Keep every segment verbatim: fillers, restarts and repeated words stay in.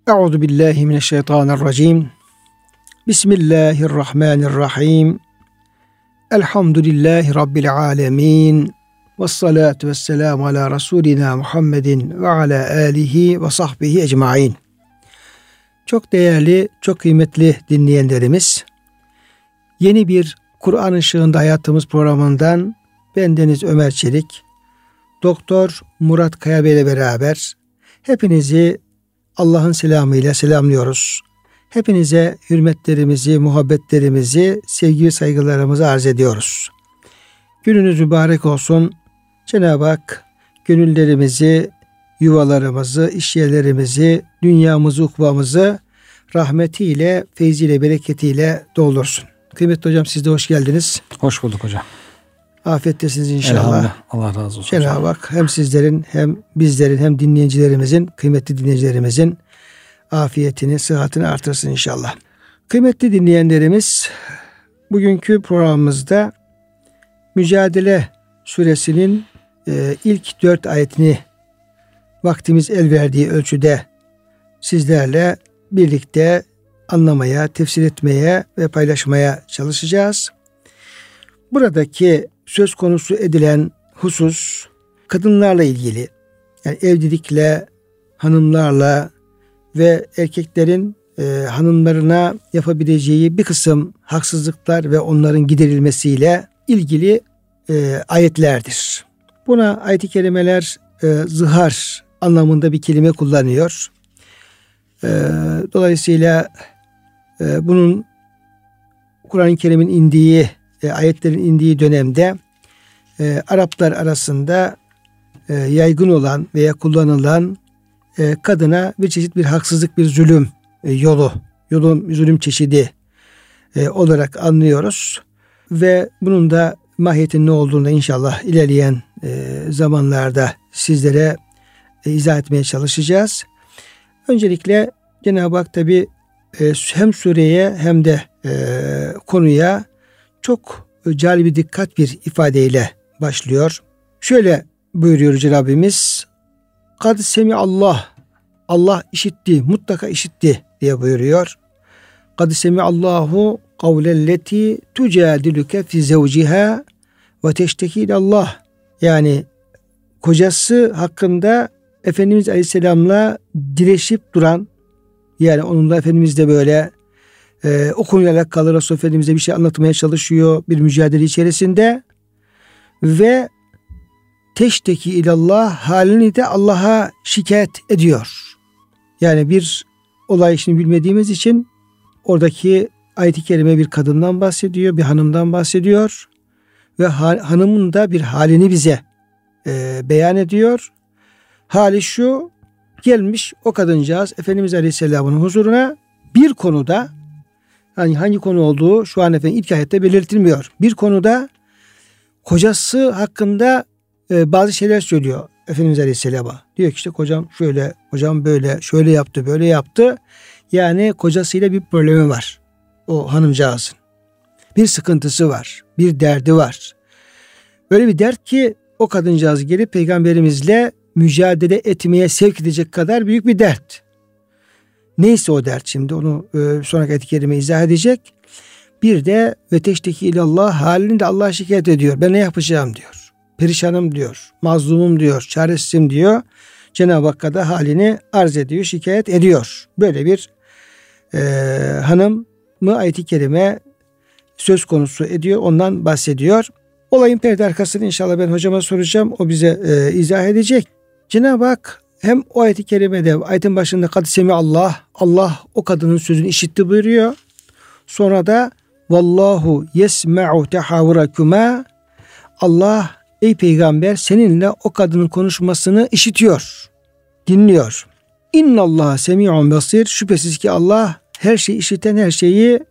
Euzu billahi mineşşeytanirracim. Bismillahirrahmanirrahim. Elhamdülillahi Rabbil alemin. Vessalatu vesselamu ala Resulina Muhammedin ve ala alihi ve sahbihi ecmain. Çok değerli, çok kıymetli dinleyenlerimiz, yeni bir Kur'an Işığında Hayatımız programından bendeniz Ömer Çelik, Doktor Murat Kaya Bey ile beraber hepinizi Allah'ın selamıyla selamlıyoruz. Hepinize hürmetlerimizi, muhabbetlerimizi, sevgi ve saygılarımızı arz ediyoruz. Gününüz mübarek olsun. Cenab-ı Hak gönüllerimizi, yuvalarımızı, işyerlerimizi, dünyamızı, ukbamızı rahmetiyle, feyziyle, bereketiyle doldursun. Kıymetli hocam, siz de hoş geldiniz. Hoş bulduk hocam. Afiyettesiniz inşallah. Elhamdülillah. Allah razı olsun. Cenab-ı Hak hem sizlerin hem bizlerin hem dinleyicilerimizin, kıymetli dinleyicilerimizin afiyetini, sıhhatini artırsın inşallah. Kıymetli dinleyenlerimiz, bugünkü programımızda Mücadele Suresinin e, ilk dört ayetini vaktimiz el verdiği ölçüde sizlerle birlikte anlamaya, tefsir etmeye ve paylaşmaya çalışacağız. Buradaki söz konusu edilen husus kadınlarla ilgili. Yani evlilikle, hanımlarla ve erkeklerin e, hanımlarına yapabileceği bir kısım haksızlıklar ve onların giderilmesiyle ilgili e, ayetlerdir. Buna ayet-i kerimeler e, zihar anlamında bir kelime kullanıyor. E, dolayısıyla e, bunun Kur'an-ı Kerim'in indiği, e, ayetlerin indiği dönemde e, Araplar arasında e, yaygın olan veya kullanılan e, kadına bir çeşit bir haksızlık, bir zulüm e, yolu, yolun zulüm çeşidi e, olarak anlıyoruz. Ve bunun da mahiyetinin ne olduğunu da inşallah ilerleyen e, zamanlarda sizlere e, izah etmeye çalışacağız. Öncelikle Cenab-ı Hak tabi e, hem sureye hem de e, konuya çok cali bir dikkat bir ifadeyle başlıyor. Şöyle buyuruyor Yüce Rabbimiz: "Kad semi'allah", Allah işitti, mutlaka işitti diye buyuruyor. "Kad semi'allahu kavlelleti tucadiluke fi zevciha ve teşteki ilallah." Yani kocası hakkında Efendimiz Aleyhisselam'la direşip duran, yani onunla Efendimiz de böyle e, o konuyla alakalı Resulullah Efendimiz'e bir şey anlatmaya çalışıyor bir mücadele içerisinde ve teşteki ilallah, halini de Allah'a şikayet ediyor. Yani bir olay işini bilmediğimiz için oradaki ayet-i kerime bir kadından bahsediyor, bir hanımdan bahsediyor ve ha, hanımın da bir halini bize e, beyan ediyor. Hali şu: gelmiş o kadıncağız Efendimiz Aleyhisselam'ın huzuruna bir konuda, hani hangi konu olduğu şu an efendim ilk ayette belirtilmiyor. Bir konuda kocası hakkında e, bazı şeyler söylüyor Efendimiz Aleyhisselam'a. Diyor ki işte kocam şöyle, kocam böyle, şöyle yaptı, böyle yaptı. Yani kocasıyla bir problemi var o hanımcağızın. Bir sıkıntısı var, bir derdi var. Öyle bir dert ki o kadıncağız gelip Peygamberimizle mücadele etmeye sevk edecek kadar büyük bir dert. Neyse o dert, şimdi onu e, sonraki ayet-i kerime izah edecek. Bir de ve teşteki ilallah, halini de Allah'a şikayet ediyor. Ben ne yapacağım diyor. Perişanım diyor. Mazlumum diyor. Çaresizim diyor. Cenab-ı Hakk'a da halini arz ediyor, şikayet ediyor. Böyle bir e, hanım mı ayet-i kerime söz konusu ediyor. Ondan bahsediyor. Olayın perde arkasını inşallah ben hocama soracağım. O bize e, izah edecek. Cenab-ı Hak hem o ayet-i kerimede ayetin başında kad semi'allah, Allah o kadının sözünü işitti buyuruyor. Sonra da vallahu yesma'u tehavvurakuma, Allah ey peygamber seninle o kadının konuşmasını işitiyor, dinliyor. İnnallah semi'un basir, şüphesiz ki Allah her şeyi işiten, her şeyi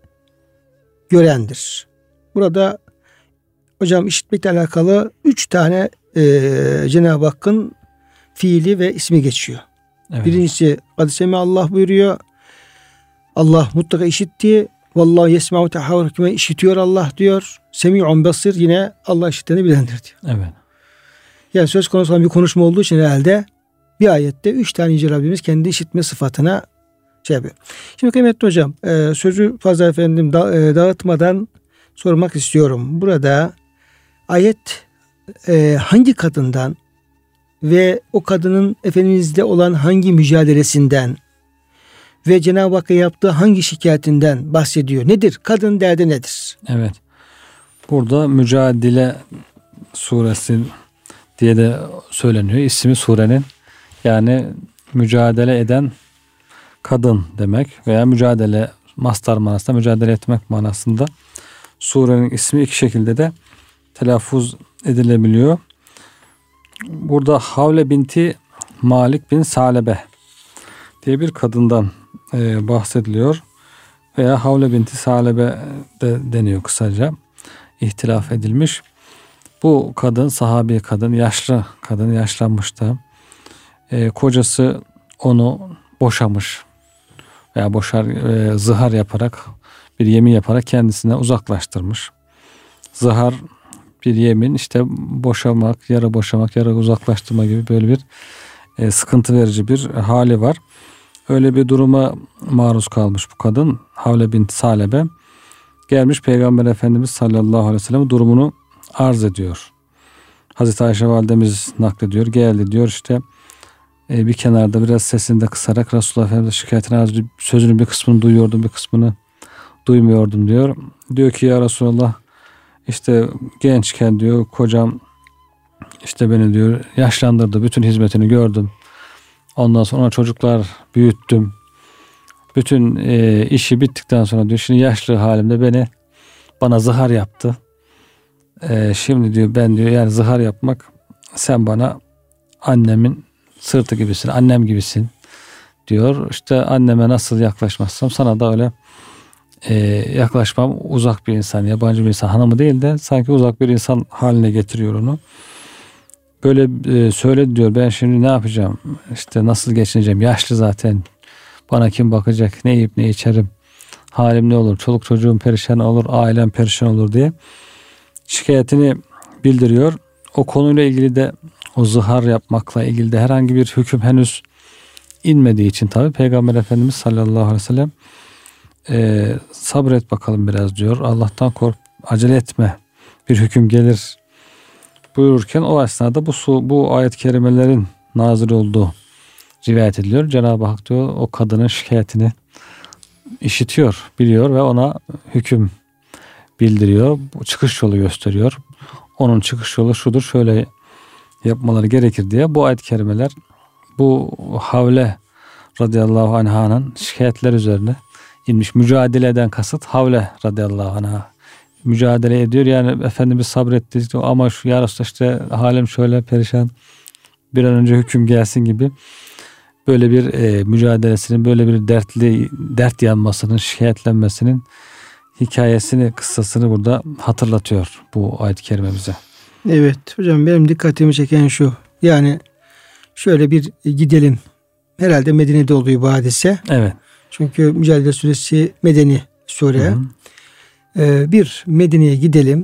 görendir. Burada hocam işitmekle alakalı üç tane e, Cenab-ı Hakk'ın fiili ve ismi geçiyor. Evet. Birincisi kad semi'allah buyuruyor. Allah mutlaka işitti. Vallahu yesma'u tehavvurakuma, işitiyor Allah diyor. Semi'un basir, yine Allah işiteni bilendir diyor. Evet. Yani söz konusu olan bir konuşma olduğu için herhalde bir ayette üç tane Yüce Rabbimiz kendi işitme sıfatına şey yapıyor. Şimdi kıymetli hocam, e, sözü fazla efendim da, e, dağıtmadan sormak istiyorum. Burada ayet e, hangi kadından ve o kadının Efendimiz'le olan hangi mücadelesinden ve Cenab-ı Hakk'a yaptığı hangi şikayetinden bahsediyor? Nedir? Kadın derdi nedir? Evet. Burada Mücadele suresi diye de söyleniyor. İsmi surenin, yani mücadele eden kadın demek veya mücadele, mastar manasında mücadele etmek manasında. Surenin ismi iki şekilde de telaffuz edilebiliyor. Burada Havle binti Malik bin Salebe diye bir kadından e, bahsediliyor. Veya Havle binti Salebe de deniyor kısaca. İhtilaf edilmiş. Bu kadın sahabi kadın, yaşlı kadın, yaşlanmıştı. E, kocası onu boşamış veya boşar e, zihar yaparak, bir yemin yaparak kendisine uzaklaştırmış. Zihar bir yemin, işte boşamak, yarı boşamak, yarı uzaklaştırma gibi böyle bir e, sıkıntı verici bir hali var. Öyle bir duruma maruz kalmış bu kadın, Havle binti Salebe. Gelmiş Peygamber Efendimiz sallallahu aleyhi ve sellem durumunu arz ediyor. Hazreti Ayşe validemiz naklediyor. Geldi diyor, işte e, bir kenarda biraz sesini de kısarak Resulullah Efendimiz'e şikayetini arz ediyor. Sözünün bir kısmını duyuyordum, bir kısmını duymuyordum diyor. Diyor ki ya Resulullah, işte gençken diyor kocam işte beni diyor yaşlandırdı. Bütün hizmetini gördüm. Ondan sonra çocuklar büyüttüm. Bütün e, işi bittikten sonra diyor şimdi yaşlı halimde beni bana zihar yaptı. E, şimdi diyor ben diyor yani zihar yapmak, sen bana annemin sırtı gibisin, annem gibisin diyor. İşte anneme nasıl yaklaşmazsam sana da öyle e, yaklaşmam, uzak bir insan, yabancı bir insan, hanımı değil de sanki uzak bir insan haline getiriyor onu. Böyle e, söyledi diyor, ben şimdi ne yapacağım, işte nasıl geçineceğim, yaşlı zaten, bana kim bakacak, ne yiyip ne içerim, halim ne olur, çoluk çocuğum perişan olur, ailem perişan olur diye şikayetini bildiriyor. O konuyla ilgili de, o zihar yapmakla ilgili de herhangi bir hüküm henüz inmediği için tabi Peygamber Efendimiz sallallahu aleyhi ve sellem e, sabret bakalım biraz diyor. Allah'tan kork, acele etme, bir hüküm gelir buyururken o esnada bu su, bu ayet-i kerimelerin nazil olduğu rivayet ediliyor. Cenab-ı Hak diyor o kadının şikayetini işitiyor, biliyor ve ona hüküm bildiriyor. Çıkış yolu gösteriyor. Onun çıkış yolu şudur, şöyle yapmaları gerekir diye bu ayet-i kerimeler bu Havle radıyallahu anh'ın şikayetler üzerine inmiş. Mücadele eden kasıt Havle radıyallahu anh'a mücadele ediyor. Yani Efendimiz sabretti ama şu ya Resulallah işte halim şöyle perişan, bir an önce hüküm gelsin gibi böyle bir e, mücadelesinin, böyle bir dertli dert yanmasının, şikayetlenmesinin hikayesini, kıssasını burada hatırlatıyor bu ayet-i kerime bize. Evet hocam, benim dikkatimi çeken şu. Yani şöyle bir gidelim. Herhalde Medine'de oluyor bu hadise. Evet. Çünkü Mücadele Suresi Medeni sure. Hı hı. Ee, bir Medine'ye gidelim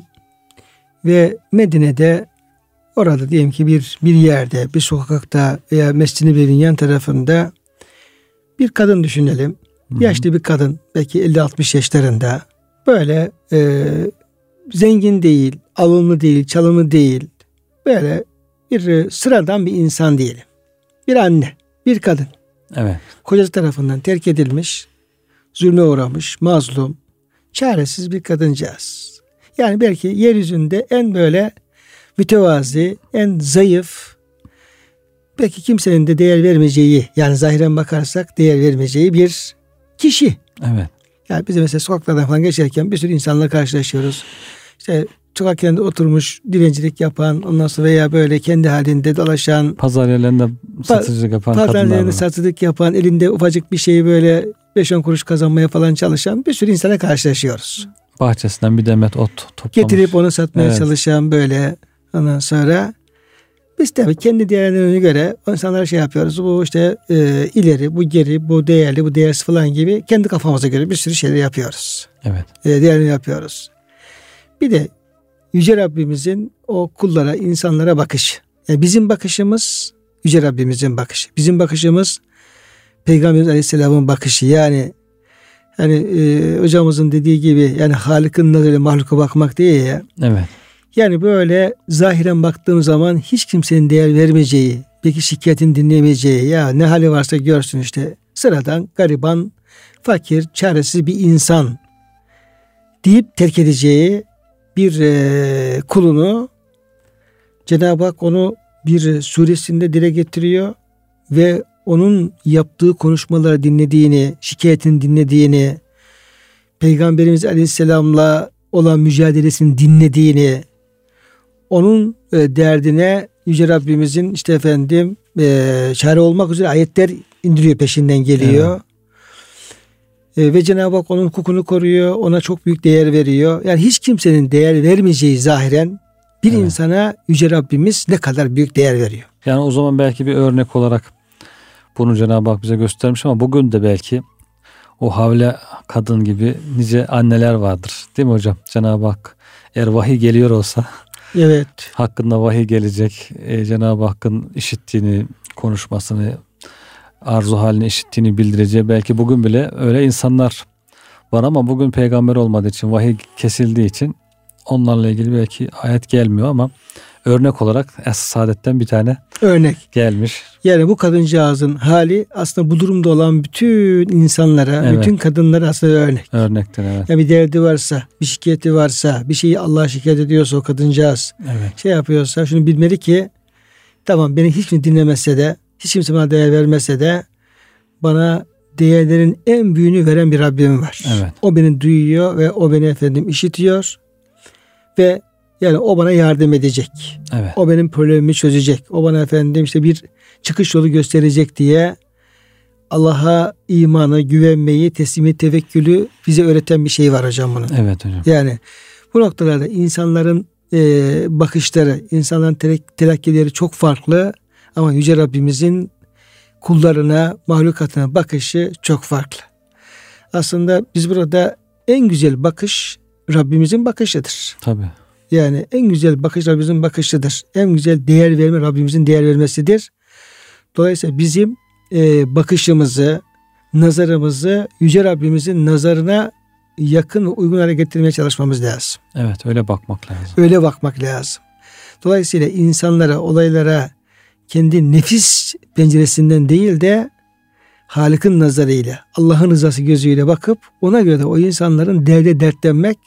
ve Medine'de orada diyelim ki bir bir yerde, bir sokakta veya Mescid-i Nebevi'nin yan tarafında bir kadın düşünelim. Hı hı. Yaşlı bir kadın, belki elli altmış yaşlarında. Böyle e, zengin değil, alımlı değil, çalımlı değil. Böyle bir e, sıradan bir insan diyelim. Bir anne, bir kadın. Evet. Kocası tarafından terk edilmiş, zulme uğramış, mazlum, çaresiz bir kadıncağız. Yani belki yeryüzünde en böyle mütevazi, en zayıf, belki kimsenin de değer vermeyeceği, yani zahiren bakarsak değer vermeyeceği bir kişi. Evet. Yani biz de mesela sokaklardan falan geçerken bir sürü insanla karşılaşıyoruz. İşte sokak kenarında oturmuş, dilencilik yapan, ondan sonra veya böyle kendi halinde dolaşan, pazar yerlerinde satıcılık yapan pazar kadınlar yerlerinde var. satıcılık yapan, elinde ufacık bir şeyi böyle beş on kuruş kazanmaya falan çalışan bir sürü insana karşılaşıyoruz. Bahçesinden bir demet ot toplamış, getirip onu satmaya evet. çalışan böyle, ondan sonra biz tabii kendi değerlerine göre o insanlara şey yapıyoruz. Bu işte e, ileri, bu geri, bu değerli, bu değersiz falan gibi kendi kafamıza göre bir sürü şeyler yapıyoruz. Evet. E, değerlerini yapıyoruz. Bir de Yüce Rabbimizin o kullara, insanlara bakışı. Yani bizim bakışımız Yüce Rabbimizin bakışı. Bizim bakışımız Peygamberimiz Aleyhisselam'ın bakışı, yani yani e, hocamızın dediği gibi, yani Halık'ın nazarıyla mahluka bakmak değil ya. Evet. Yani böyle zahiren baktığım zaman hiç kimsenin değer vermeyeceği, peki şikayetin dinlemeyeceği, ya ne hali varsa görsün işte, sıradan, gariban, fakir, çaresiz bir insan deyip terk edeceği bir e, kulunu Cenab-ı Hak onu bir suresinde dile getiriyor ve onun yaptığı konuşmaları dinlediğini, şikayetini dinlediğini, Peygamberimiz Aleyhisselam'la olan mücadelesini dinlediğini, onun e, derdine Yüce Rabbimizin işte efendim e, çare olmak üzere ayetler indiriyor, peşinden geliyor. Evet. E, ve Cenab-ı Hak onun hukukunu koruyor, ona çok büyük değer veriyor. Yani hiç kimsenin değer vermeyeceği zahiren bir evet. insana Yüce Rabbimiz ne kadar büyük değer veriyor. Yani o zaman belki bir örnek olarak bunu Cenab-ı Hak bize göstermiş ama bugün de belki o Havle kadın gibi nice anneler vardır. Değil mi hocam? Cenab-ı Hak eğer vahiy geliyor olsa, evet, hakkında vahiy gelecek, e, Cenab-ı Hakk'ın işittiğini, konuşmasını, arzu halini işittiğini bildireceği belki bugün bile öyle insanlar var ama bugün peygamber olmadığı için, vahiy kesildiği için onlarla ilgili belki ayet gelmiyor ama örnek olarak Es Saadet'ten bir tane örnek gelmiş. Yani bu kadıncağızın hali aslında bu durumda olan bütün insanlara, evet. bütün kadınlara aslında örnek. Örnektir, evet. Yani bir derdi varsa, bir şikayeti varsa, bir şeyi Allah'a şikayet ediyorsa o kadıncağız, evet. şey yapıyorsa şunu bilmeli ki, tamam, beni hiç kimse dinlemese de, hiç kimse bana değer vermese de, bana değerlerin en büyüğünü veren bir Rabbim var. Evet. O beni duyuyor ve o beni efendim işitiyor ve yani o bana yardım edecek. Evet. O benim problemimi çözecek. O bana efendim işte bir çıkış yolu gösterecek diye Allah'a imanı, güvenmeyi, teslimiyet, tevekkülü bize öğreten bir şey var hocam bunun. Evet hocam. Yani bu noktalarda insanların e, bakışları, insanların telak- telakkileri çok farklı ama Yüce Rabbimizin kullarına, mahlukatına bakışı çok farklı. Aslında biz burada en güzel bakış Rabbimizin bakışıdır. Tabii. Yani en güzel bakış Rabbimizin bakışıdır. En güzel değer verme Rabbimizin değer vermesidir. Dolayısıyla bizim e, bakışımızı, nazarımızı Yüce Rabbimizin nazarına yakın ve uygun hale getirmeye çalışmamız lazım. Evet, öyle bakmak lazım. Öyle bakmak lazım. Dolayısıyla insanlara, olaylara kendi nefis penceresinden değil de Halık'ın nazarıyla, Allah'ın rızası gözüyle bakıp ona göre de o insanların derde dertlenmek,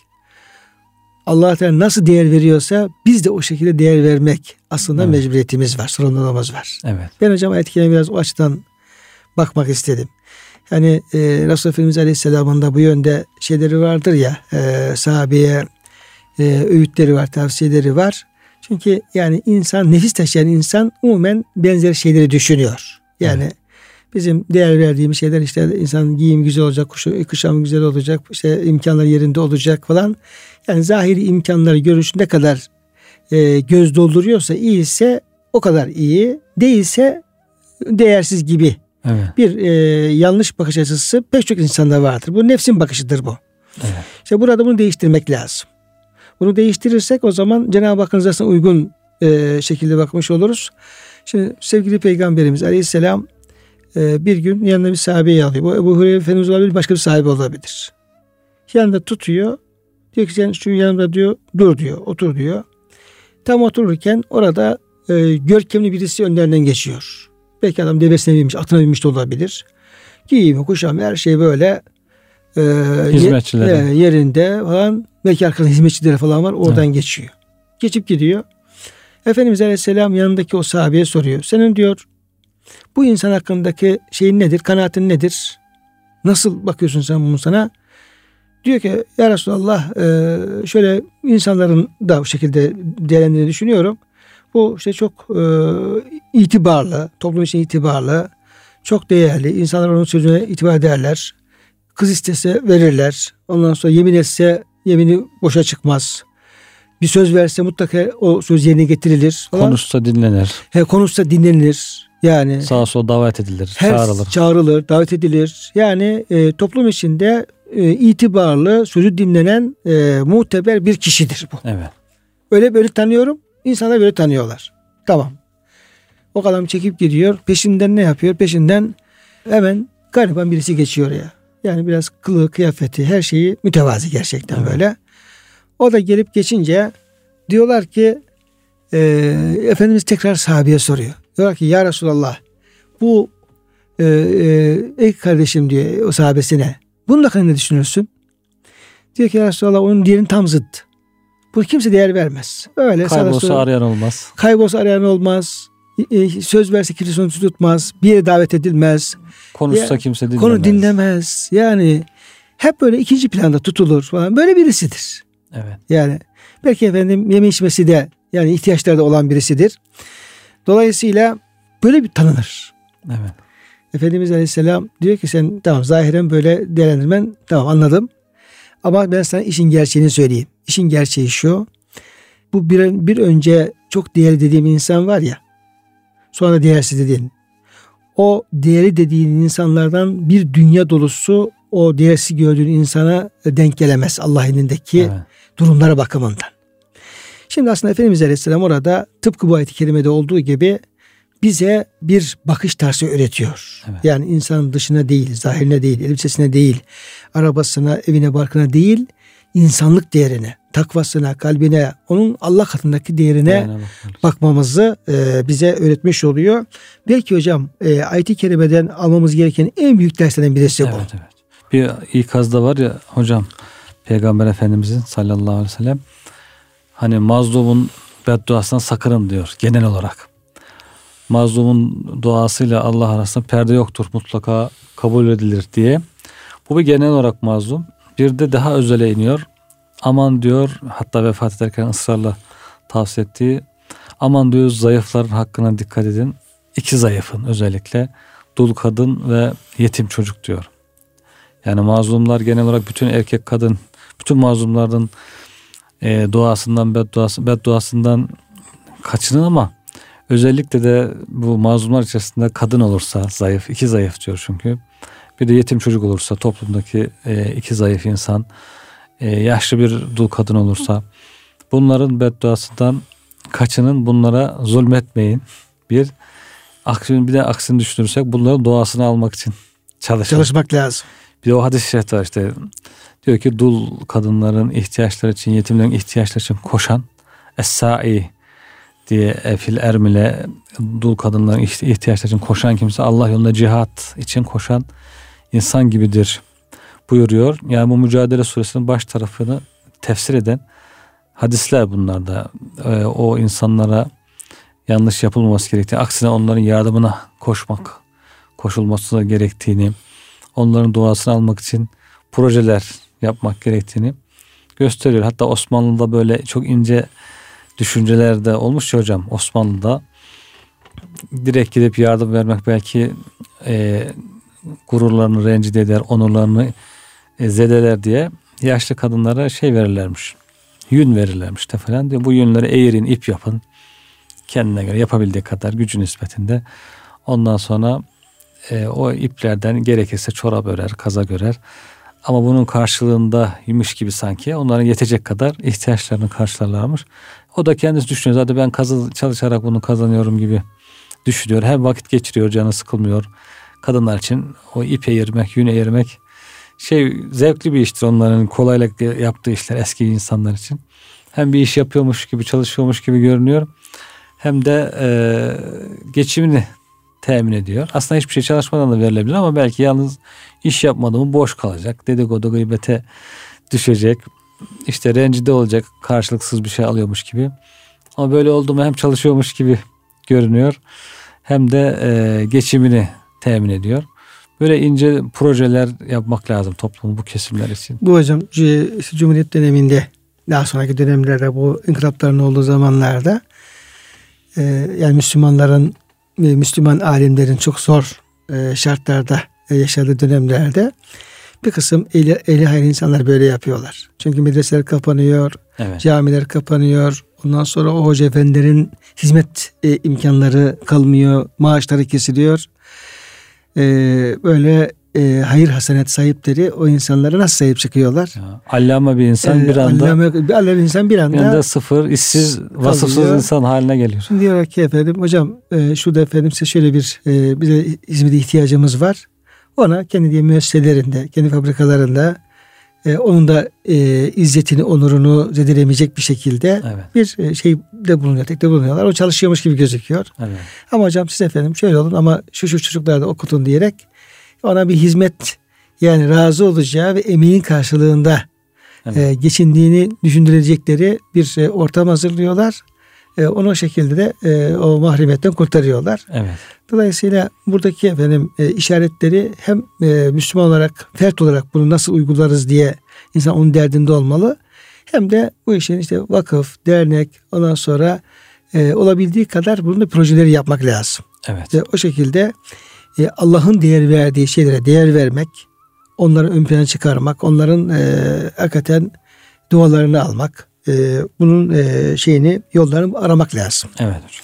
Allah Teala nasıl değer veriyorsa biz de o şekilde değer vermek aslında evet. mecburiyetimiz var, sorumluluğumuz var. Evet. Ben hocam ayet-i kerime biraz o açıdan bakmak istedim. Yani e, Resulullah Efendimiz Aleyhisselam'ın da bu yönde şeyleri vardır ya, e, sahabeye e, öğütleri var, tavsiyeleri var. Çünkü yani insan, nefis taşıyan insan umumen benzer şeyleri düşünüyor. Yani evet. bizim değer verdiğimiz şeyler işte insanın giyim güzel olacak, kuşam güzel olacak, işte imkanlar yerinde olacak falan. Yani zahiri imkanları görünüş ne kadar e, göz dolduruyorsa, iyiyse o kadar iyi, değilse değersiz gibi. Evet. Bir e, yanlış bakış açısı pek çok insanda vardır. Bu nefsin bakışıdır bu. Evet. İşte burada bunu değiştirmek lazım. Bunu değiştirirsek o zaman Cenab-ı Hakk'ın rızasına uygun e, şekilde bakmış oluruz. Şimdi sevgili Peygamberimiz Aleyhisselam e, bir gün yanına bir sahabeyi alıyor. Bu Ebu Hureyre Efendimiz olabilir, başka bir sahabe olabilir. Yanında tutuyor. Diyor ki sen şu yanımda diyor, dur diyor, otur diyor. Tam otururken orada e, görkemli birisi önlerinden geçiyor. Belki adam devesine binmiş, atına binmiş de olabilir. Giyimi, kuşamı, her şey böyle e, hizmetçileri e, yerinde falan. Belki arkasında hizmetçileri falan var. Oradan evet. geçiyor. Geçip gidiyor. Efendimiz Aleyhisselam yanındaki o sahabeye soruyor. Senin diyor bu insan hakkındaki şeyin nedir? Kanaatin nedir? Nasıl bakıyorsun sen bunu sana? Diyor ki ya Resulallah e, şöyle insanların da bu şekilde değerlendiğini düşünüyorum. Bu işte çok e, itibarlı, toplum için itibarlı, çok değerli. İnsanlar onun sözüne itibar ederler. Kız istese verirler. Ondan sonra yemin etse yemini boşa çıkmaz. Bir söz verse mutlaka o söz yerine getirilir. Falan. Konuşsa dinlenir. He, konuşsa dinlenir. Yani sağa sola davet edilir, her çağrılır. Çağrılır, davet edilir. Yani e, toplum içinde e, itibarlı, sözü dinlenen e, muteber bir kişidir bu. Evet. Öyle böyle tanıyorum. İnsanlar böyle tanıyorlar. Tamam. O adam çekip gidiyor. Peşinden ne yapıyor? Peşinden hemen gariban birisi geçiyor ya. Yani biraz kılığı, kıyafeti, her şeyi mütevazi gerçekten evet. böyle. O da gelip geçince diyorlar ki e, Efendimiz tekrar sahabeye soruyor. Diyorlar ki ya Resulallah bu e, e, ey kardeşim diyor o sahabesine. Bunun hakkında ne düşünüyorsun? Diyor ki ya Resulallah onun diğerinin tam zıt. Bunu kimse değer vermez. Öyle kaybolsa arayan olmaz. Kaybolsa arayan olmaz. E, söz verse kimse sonuç tutmaz. Bir yere davet edilmez. Konuşsa ya, kimse dinlemez. Konu dinlemez. Yani hep böyle ikinci planda tutulur falan. Böyle birisidir. Evet. Yani belki efendim yeme içmesi de yani ihtiyaçları da olan birisidir. Dolayısıyla böyle bir tanınır. Evet. Efendimiz Aleyhisselam diyor ki sen tamam zahiren böyle değerlendirmen tamam anladım. Ama ben sana işin gerçeğini söyleyeyim. İşin gerçeği şu. Bu bir, bir önce çok değerli dediğim insan var ya. Sonra değersiz dediğin. O değerli dediğin insanlardan bir dünya dolusu o değersiz gördüğün insana denk gelemez Allah elindeki evet. durumlara bakımından. Şimdi aslında Efendimiz Aleyhisselam orada tıpkı bu ayet-i kerimede olduğu gibi bize bir bakış tarzı öğretiyor. Evet. Yani insanın dışına değil, zahirine değil, elbisesine değil, arabasına, evine, barkına değil, insanlık değerine, takvasına, kalbine, onun Allah katındaki değerine bakmamızı e, bize öğretmiş oluyor. Belki hocam e, ayet-i kerimeden almamız gereken en büyük derslerden birisi bu. Evet, evet. Bir ikazda var ya hocam, Peygamber Efendimizin sallallahu aleyhi ve sellem hani mazlumun bedduasından sakının diyor genel olarak. Mazlumun duasıyla Allah arasında perde yoktur, mutlaka kabul edilir diye. Bu bir genel olarak mazlum. Bir de daha özele iniyor. Aman diyor, hatta vefat ederken ısrarla tavsiye ettiği, aman diyor zayıfların hakkına dikkat edin. İki zayıfın özellikle dul kadın ve yetim çocuk diyor. Yani mazlumlar genel olarak bütün erkek kadın, bütün mazlumların e, duasından, bedduası, bedduasından kaçının ama özellikle de bu mazlumlar içerisinde kadın olursa zayıf, iki zayıf diyor çünkü. Bir de yetim çocuk olursa toplumdaki e, iki zayıf insan, e, yaşlı bir dul kadın olursa bunların bedduasından kaçının, bunlara zulmetmeyin. Bir aksini bir de aksini düşünürsek bunların duasını almak için çalışın. Çalışmak lazım. Bir de o hadis-i şerif var işte. Diyor ki dul kadınların ihtiyaçları için, yetimlerin ihtiyaçları için koşan es-sa'i diye efil ermile dul kadınların ihtiyaçları için koşan kimse Allah yolunda cihat için koşan insan gibidir buyuruyor. Yani bu Mücadele Suresinin baş tarafını tefsir eden hadisler bunlar da. Ee, o insanlara yanlış yapılmaması gerektiğini, aksine onların yardımına koşmak, koşulması gerektiğini, onların duasını almak için projeler yapmak gerektiğini gösteriyor. Hatta Osmanlı'da böyle çok ince düşünceler de olmuş ya hocam. Osmanlı'da direkt gidip yardım vermek belki e, gururlarını rencide eder, onurlarını e, zedeler diye yaşlı kadınlara şey verirlermiş. Yün verirlermiş de falan diyor. Bu yünleri eğerin, ip yapın. Kendine göre yapabildiği kadar gücü nispetinde. Ondan sonra e, o iplerden gerekirse çorap örer, kazak örer. Ama bunun karşılığındaymış gibi sanki onların yetecek kadar ihtiyaçlarını karşılarlarmış. O da kendisi düşünüyor. Zaten ben kazı, çalışarak bunu kazanıyorum gibi düşünüyor. Hem vakit geçiriyor, canı sıkılmıyor. Kadınlar için o ip eğirmek, yün eğirmek şey zevkli bir iştir. Onların kolaylıkla yaptığı işler eski insanlar için. Hem bir iş yapıyormuş gibi, çalışıyormuş gibi görünüyor. Hem de e, geçimini temin ediyor. Aslında hiçbir şey çalışmadan da verilebilir ama belki yalnız iş yapmadığımı boş kalacak. Dedikodu, gıybete düşecek. İşte rencide olacak. Karşılıksız bir şey alıyormuş gibi. Ama böyle oldu mu hem çalışıyormuş gibi görünüyor. Hem de e, geçimini temin ediyor. Böyle ince projeler yapmak lazım toplumun bu kesimler için. Bu hocam Cumhuriyet döneminde, daha sonraki dönemlerde, bu inkılapların olduğu zamanlarda e, yani Müslümanların, Müslüman alimlerin çok zor e, şartlarda e, yaşadığı dönemlerde bir kısım ehli, ehli hayır insanlar böyle yapıyorlar. Çünkü medreseler kapanıyor, evet. Camiler kapanıyor. Ondan sonra o hoca efendilerin hizmet e, imkanları kalmıyor, maaşları kesiliyor. E, böyle e, hayır hasenet sahipleri o insanlara nasıl sahip çıkıyorlar? Ya, allame bir insan e, bir anda allame, bir allame insan bir anda, bir anda sıfır, işsiz, vasıfsız kalıyor. İnsan haline geliyor. Şimdi diyor ki efendim hocam e, şurada efendim size şöyle bir e, bize hizmete ihtiyacımız var. ona kendi diye müesseselerinde, kendi fabrikalarında e, onun da e, izzetini, onurunu zedelemeyecek bir şekilde evet. bir şey de bulunuyor, tekte bulunuyorlar. O çalışıyormuş gibi gözüküyor. Evet. Ama hocam siz efendim şöyle olun ama şu şu çocukları da okutun diyerek ona bir hizmet, yani razı olacağı ve emeğin karşılığında evet. e, geçindiğini düşündürecekleri bir e, ortam hazırlıyorlar. E, onu o şekilde de e, o mahremetten kurtarıyorlar. Evet. Dolayısıyla buradaki efendim e, işaretleri hem e, Müslüman olarak, fert olarak bunu nasıl uygularız diye insan onun derdinde olmalı. Hem de bu işin işte vakıf, dernek, ondan sonra e, olabildiği kadar bunun da projeleri yapmak lazım. Evet. İşte o şekilde e, Allah'ın değer verdiği şeylere değer vermek, onları ön plana çıkarmak, onların e, hakikaten dualarını almak, e, bunun e, şeyini, yollarını aramak lazım. Evet hocam.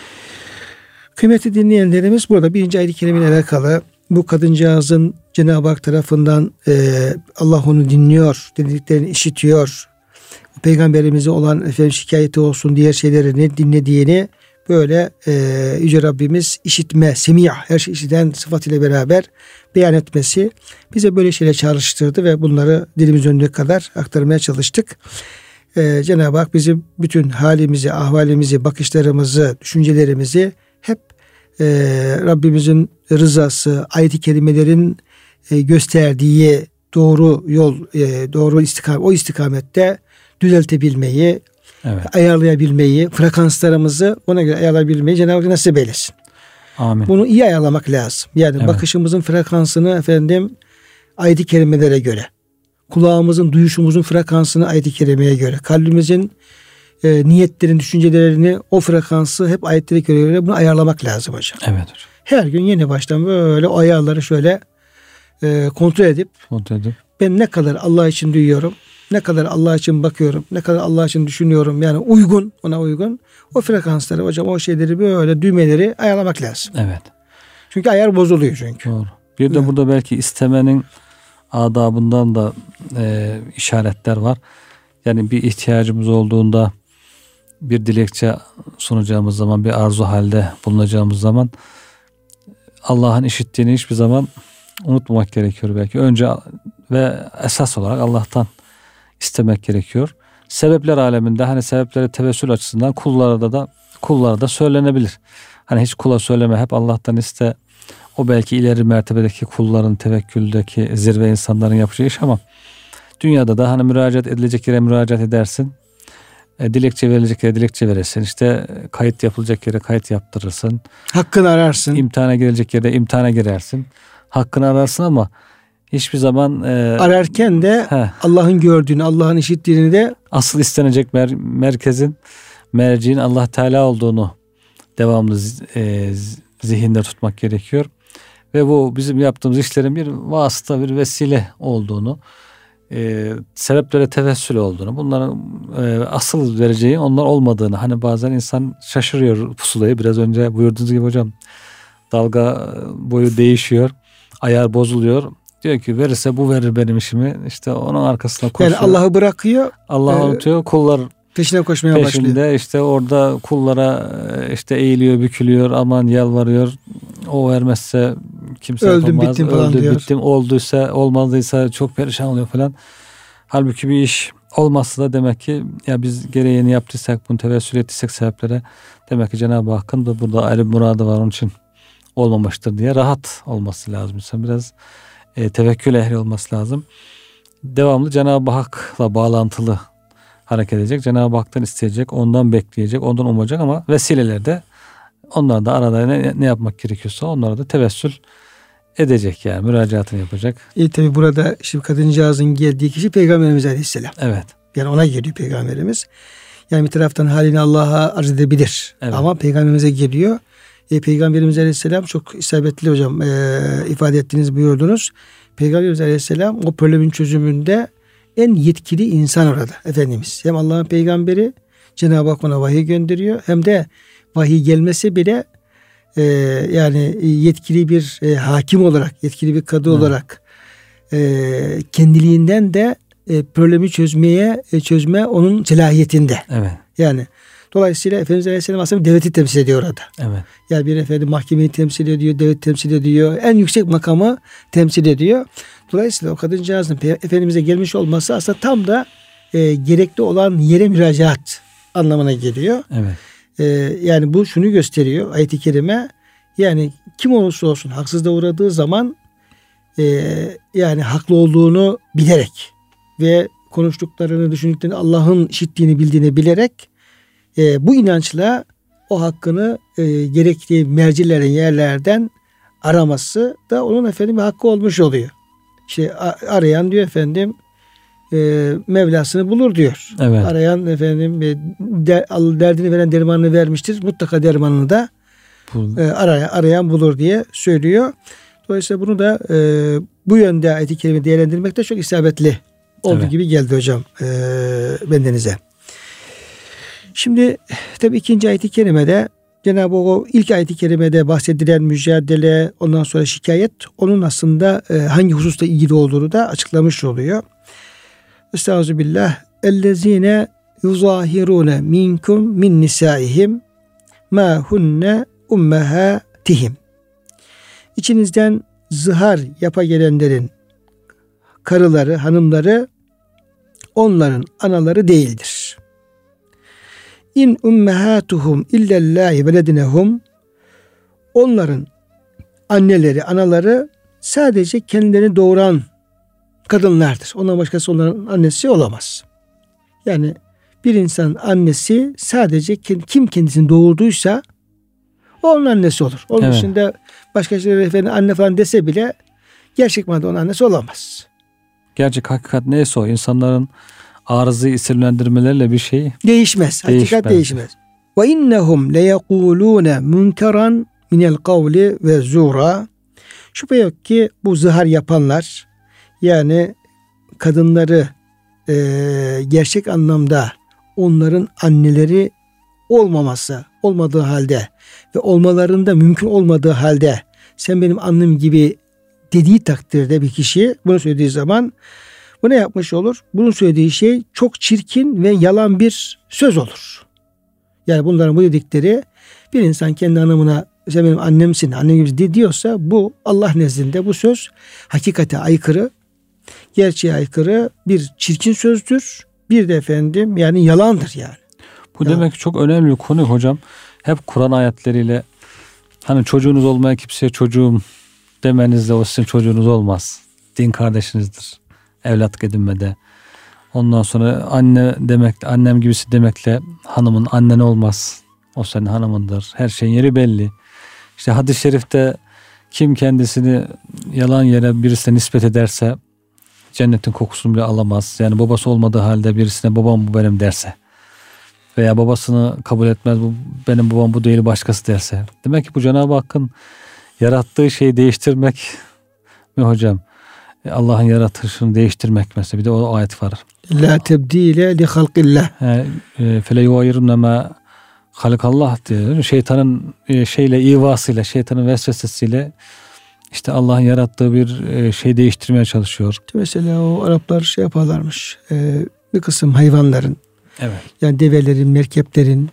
Kıymetli dinleyenlerimiz, burada birinci ayet-i kerimeyle alakalı bu kadıncağızın Cenab-ı Hak tarafından e, Allah onu dinliyor, dediklerini işitiyor, Peygamberimize olan efendim şikayeti olsun, diğer şeylerini dinlediğini böyle e, Yüce Rabbimiz işitme, semih, her şey işiten sıfatıyla beraber beyan etmesi bize böyle şeyler çalıştırdı ve bunları dilimiz önüne kadar aktarmaya çalıştık. E, Cenab-ı Hak bizim bütün halimizi, ahvalimizi, bakışlarımızı, düşüncelerimizi hep e, Rabbimizin rızası, ayet-i kerimelerin e, gösterdiği doğru yol, e, doğru istikamet, o istikamette düzeltebilmeyi, evet. ayarlayabilmeyi, frekanslarımızı ona göre ayarlayabilmeyi Cenab-ı Hak nasip eylesin. Amin. Bunu iyi ayarlamak lazım. Yani evet. bakışımızın frekansını efendim ayet-i kerimelere göre, kulağımızın, duyuşumuzun frekansını ayet-i kerimeye göre, kalbimizin e, niyetlerin, düşüncelerini, o frekansı hep ayetlere göre bunu ayarlamak lazım hocam. Evet hocam. Her gün yeni baştan böyle o ayarları şöyle e, kontrol edip, kontrol edip ben ne kadar Allah için duyuyorum, ne kadar Allah için bakıyorum, ne kadar Allah için düşünüyorum, yani uygun, ona uygun o frekansları hocam, o şeyleri böyle düğmeleri ayarlamak lazım. Evet. Çünkü ayar bozuluyor çünkü. Doğru. Bir de evet. burada belki istemenin adabından da e, işaretler var. Yani bir ihtiyacımız olduğunda, bir dilekçe sunacağımız zaman, bir arzu halde bulunacağımız zaman Allah'ın işittiğini hiçbir zaman unutmamak gerekiyor belki. Önce ve esas olarak Allah'tan istemek gerekiyor. Sebepler aleminde hani sebepleri tevessül açısından kullara da kullara da söylenebilir. Hani hiç kula söyleme, hep Allah'tan iste. O belki ileri mertebedeki kulların, tevekküldeki zirve insanların yapacağı iş, ama dünyada da hani müracaat edilecek yere müracaat edersin. E, dilekçe verilecek yere dilekçe verirsin. İşte kayıt yapılacak yere kayıt yaptırırsın. Hakkını ararsın. İmtihana girilecek yere imtihana girersin. Hakkını ararsın ama hiçbir zaman e, ararken de he, Allah'ın gördüğünü, Allah'ın işittiğini de, asıl istenecek mer- merkezin, merciğin Allah Teala olduğunu devamlı e, zihinde tutmak gerekiyor. Ve bu bizim yaptığımız işlerin bir vasıta, bir vesile olduğunu, e, sebeplere tevessül olduğunu, bunların e, asıl vereceği onlar olmadığını, hani bazen insan şaşırıyor pusulayı. Biraz önce buyurduğunuz gibi hocam, dalga boyu değişiyor, ayar bozuluyor. Diyor ki verirse bu verir benim işimi. İşte onun arkasına koşuyor. Yani Allah'ı bırakıyor. Allah'ı e, unutuyor. Kullar peşine koşmaya peşinde başlıyor. İşte orada kullara işte eğiliyor, bükülüyor, aman yalvarıyor. O vermezse kimse öldüm, yapamaz. Bittim falan Öldü, diyor. bittim, olduysa, olmadıysa çok perişan oluyor falan. Halbuki bir iş olmazsa da demek ki ya biz gereğini yaptıysak, bunu tevessül ettiysek sebeplere, demek ki Cenab-ı Hakk'ın da burada ayrı bir muradı var, onun için olmamıştır diye rahat olması lazım. İnsan biraz e, tevekkül ehli olması lazım. Devamlı Cenab-ı Hak'la bağlantılı hareket edecek. Cenab-ı Hak'tan isteyecek, ondan bekleyecek, ondan umacak, ama vesilelerde onlar da arada ne, ne yapmak gerekiyorsa onlara da tevessül edecek, yani müracaatını yapacak. E tabi burada şimdi kadıncağızın geldiği kişi Peygamberimiz Aleyhisselam. Evet. Yani ona geliyor Peygamberimiz. Yani bir taraftan halini Allah'a arz edebilir. Evet. Ama Peygamberimize geliyor. E, Peygamberimiz Aleyhisselam çok isabetli hocam e, ifade ettiğiniz, buyurdunuz. Peygamberimiz Aleyhisselam o problemin çözümünde en yetkili insan orada Efendimiz. Hem Allah'ın peygamberi, Cenab-ı Hak ona vahiy gönderiyor, hem de vahiy gelmesi bile e, yani yetkili bir e, hakim olarak, yetkili bir kadı evet. olarak e, kendiliğinden de e, problemi çözmeye e, çözme onun selahiyetinde. Evet. Yani Dolayısıyla Efendimiz Aleyhisselam aslında devleti temsil ediyor orada. Evet. Yani bir efendim mahkemeyi temsil ediyor, devlet temsil ediyor. En yüksek makamı temsil ediyor. Dolayısıyla o kadıncağızın Efendimiz'e gelmiş olması aslında tam da e, gerekli olan yere müracaat anlamına geliyor. Evet. E, yani bu şunu gösteriyor ayet-i kerime. Yani kim olursa olsun haksızlığa uğradığı zaman e, yani haklı olduğunu bilerek ve konuştuklarını, düşündüklerini Allah'ın işittiğini, bildiğini bilerek e, bu inançla o hakkını e, gerekli mercilerin yerlerden araması da onun efendim hakkı olmuş oluyor. İşte arayan diyor efendim e, Mevlasını bulur diyor. Evet. Arayan efendim e, de, derdini veren dermanını vermiştir. Mutlaka dermanını da e, arayan, arayan bulur diye söylüyor. Dolayısıyla bunu da e, bu yönde ayet-i kerime değerlendirmek de çok isabetli olduğu evet. gibi geldi hocam e, bendenize. Şimdi tabii ikinci ayet-i kerimede Cenab-ı o ilk ayet-i kerimede bahsedilen mücadele, ondan sonra şikayet, onun aslında e, hangi hususla ilgili olduğunu da açıklamış oluyor. Estağfirullah. Ellezine yuzahirune minkum min nisaihim ma hunne ummahatihim. İçinizden zihar yapa gelenlerin karıları, hanımları onların anaları değildir. İn ummahatuhum illellâhi veledinehum, onların anneleri, anaları sadece kendilerini doğuran kadınlardır. Ondan başkası onların annesi olamaz. Yani bir insan annesi sadece kim kendisini doğurduysa o onun annesi olur. Onun evet. dışında başkaları efendim anne falan dese bile gerçek manada onun annesi olamaz. Gerçek hakikat neyse o. İnsanların arızı isimlendirmelerle bir şey değişmez. değişmez. Hakikat değişmez. Ve innehum leyekulune münkeran minel kavli ve zura. Şüphe yok ki bu zihar yapanlar, yani kadınları e, gerçek anlamda onların anneleri olmaması, olmadığı halde ve olmalarında mümkün olmadığı halde sen benim annem gibi dediği takdirde bir kişi bunu söylediği zaman bu ne yapmış olur? Bunun söylediği şey çok çirkin ve yalan bir söz olur. Yani bunların bu dedikleri, bir insan kendi hanımına sen benim annemsin, annem gibi diyorsa bu Allah nezdinde bu söz hakikate aykırı, gerçeğe aykırı bir çirkin sözdür. Bir de efendim yani yalandır yani. Bu yalan. Demek ki çok önemli bir konu hocam. Hep Kur'an ayetleriyle hani çocuğunuz olmayan kimseye çocuğum demenizle o sizin çocuğunuz olmaz. Din kardeşinizdir. Evlatlık edinmede. Ondan sonra anne demekle, annem gibisi demekle hanımın annen olmaz. O senin hanımındır. Her şeyin yeri belli. İşte hadis-i şerifte kim kendisini yalan yere birisine nispet ederse cennetin kokusunu bile alamaz. Yani babası olmadığı halde birisine babam bu benim derse veya babasını kabul etmez, bu benim babam bu değil başkası derse. Demek ki bu Cenab-ı Hakk'ın yarattığı şeyi değiştirmek mi hocam? Allah'ın yaratışını değiştirmek mesela. Bir de o ayet var. La tebdile li halqillah. Fele yuvayyirunne ma halikallah diyor. Şeytanın şeyle, ivasıyla, şeytanın vesvesesiyle işte Allah'ın yarattığı bir şey değiştirmeye çalışıyor. Mesela o Araplar şey yaparlarmış. Bir kısım hayvanların, evet. yani develerin, merkeplerin,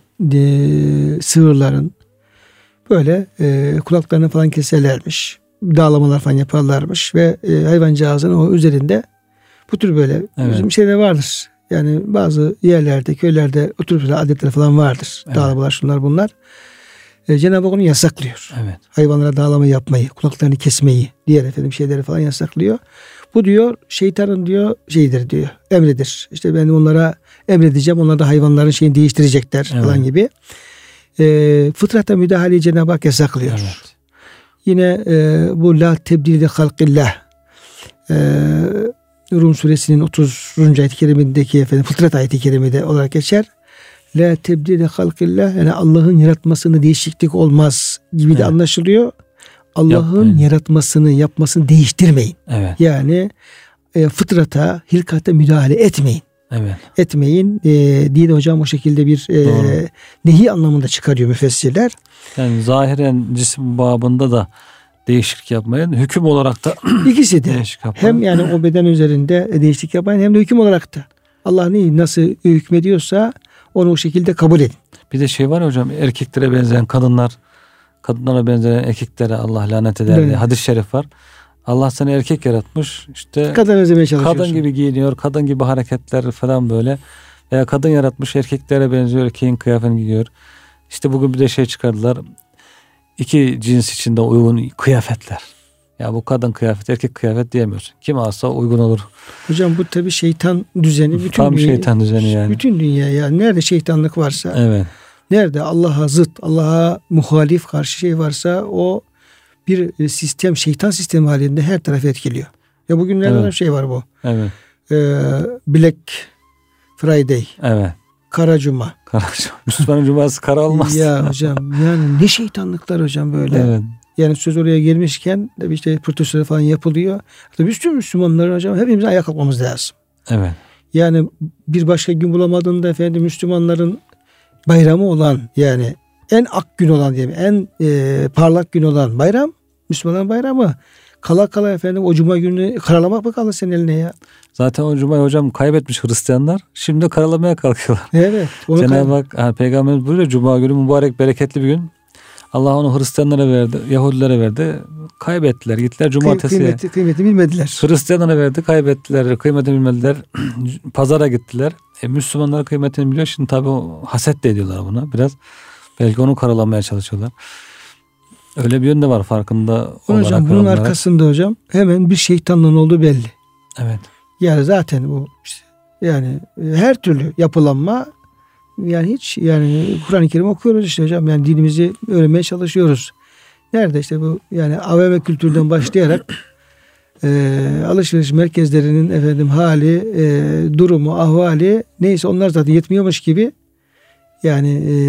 de, sığırların böyle e, kulaklarını falan keserlermiş. Dağlamalar falan yaparlarmış ve e, hayvancağızın o üzerinde bu tür böyle evet. bizim şeyler vardır. Yani bazı yerlerde, köylerde o tür adetler falan vardır. Evet. Dağlamalar, şunlar bunlar. E, Cenab-ı Hak onu yasaklıyor. Evet. Hayvanlara dağlama yapmayı, kulaklarını kesmeyi, diğer efendim şeyleri falan yasaklıyor. Bu diyor şeytanın diyor şeydir diyor, emredir. İşte ben onlara emredeceğim, onlar da hayvanların şeyini değiştirecekler evet. falan gibi. E, fıtrata müdahaleyi Cenab-ı Hak yasaklıyor. Evet. Yine e, bu la tebdili halqillah e, Rum suresinin otuzuncu ayet-i kerimedeki efendim fıtrat ayet-i kerimede olarak geçer. La tebdili halqillah, yani Allah'ın yaratmasında değişiklik olmaz gibi evet. de anlaşılıyor. Allah'ın yaratmasını, yapmasını değiştirmeyin. Evet. Yani e, fıtrata, hilkata müdahale etmeyin. Evet. Etmeyin. E, diye de hocam o şekilde bir e, nehi anlamında çıkarıyor müfessirler. Yani zahiren cisim babında da değişiklik yapmayın. Hüküm olarak da ikisi de hem yani o beden üzerinde değişiklik yapmayın hem de hüküm olarak da Allah neyi nasıl hükmediyorsa Onu o şekilde kabul edin. Bir de şey var hocam, erkeklere benzeyen kadınlar, kadınlara benzeyen erkeklere Allah lanet eder diye hadis-i şerif var. Allah seni erkek yaratmış, işte kadın özlemeye çalışıyorsun. Kadın gibi giyiniyor, kadın gibi hareketler falan böyle. Veya kadın yaratmış, erkeklere benziyor, erkeğin kıyafetini giyiyor. İşte bugün bir de şey çıkardılar. İki cins içinde uygun kıyafetler. Ya bu kadın kıyafet, erkek kıyafet diyemiyorsun. Kim alsa uygun olur. Hocam bu tabii şeytan düzeni. Bütün Tam dünya, şeytan düzeni yani. Bütün dünya ya. Nerede şeytanlık varsa. Evet. Nerede Allah'a zıt, Allah'a muhalif karşı şey varsa o bir sistem, şeytan sistemi halinde her tarafı etkiliyor. Ya bugünlerde evet. şey var bu. Evet. Ee, Black Friday. Evet. Kara Cuma. Kara Cuma. Müslümanın cuması kara olmaz. Ya hocam yani ne şeytanlıklar hocam böyle. Evet. Yani söz oraya girmişken de işte protestolar falan yapılıyor. Hatta bütün Müslümanlar hocam hepimiz ayağa kalkmamız lazım. Evet. Yani bir başka gün bulamadığında efendim Müslümanların bayramı olan yani en ak gün olan diyeyim en e, parlak gün olan bayram Müslümanların bayramı. Kala kala efendim o cuma günü karalamak mı kaldı senin eline ya? Zaten o cumayı hocam kaybetmiş Hristiyanlar. Şimdi karalamaya kalkıyorlar. Evet. Cenab-ı Hak yani Peygamberimiz buyuruyor, cuma günü mübarek bereketli bir gün. Allah onu Hristiyanlara verdi, Yahudilere verdi. Kaybettiler. Gittiler cumartesiye. Kıymeti, kıymeti bilmediler. Hristiyanlara verdi, kaybettiler. Kıymetini bilmediler. Pazara gittiler. E, Müslümanlar kıymetini biliyor. Şimdi tabii o, haset de ediyorlar buna. Biraz belki onu karalamaya çalışıyorlar. Öyle bir yönde var farkında olarak. Hocam bunun olarak. Arkasında hocam hemen bir şeytanlığın olduğu belli. Evet. Yani zaten bu işte, yani her türlü yapılanma yani hiç yani Kur'an-ı Kerim okuyoruz işte hocam. Yani dinimizi öğrenmeye çalışıyoruz. Nerede işte bu yani A V M kültürden başlayarak e, alışveriş merkezlerinin efendim hali, e, durumu, ahvali neyse onlar zaten yetmiyormuş gibi yani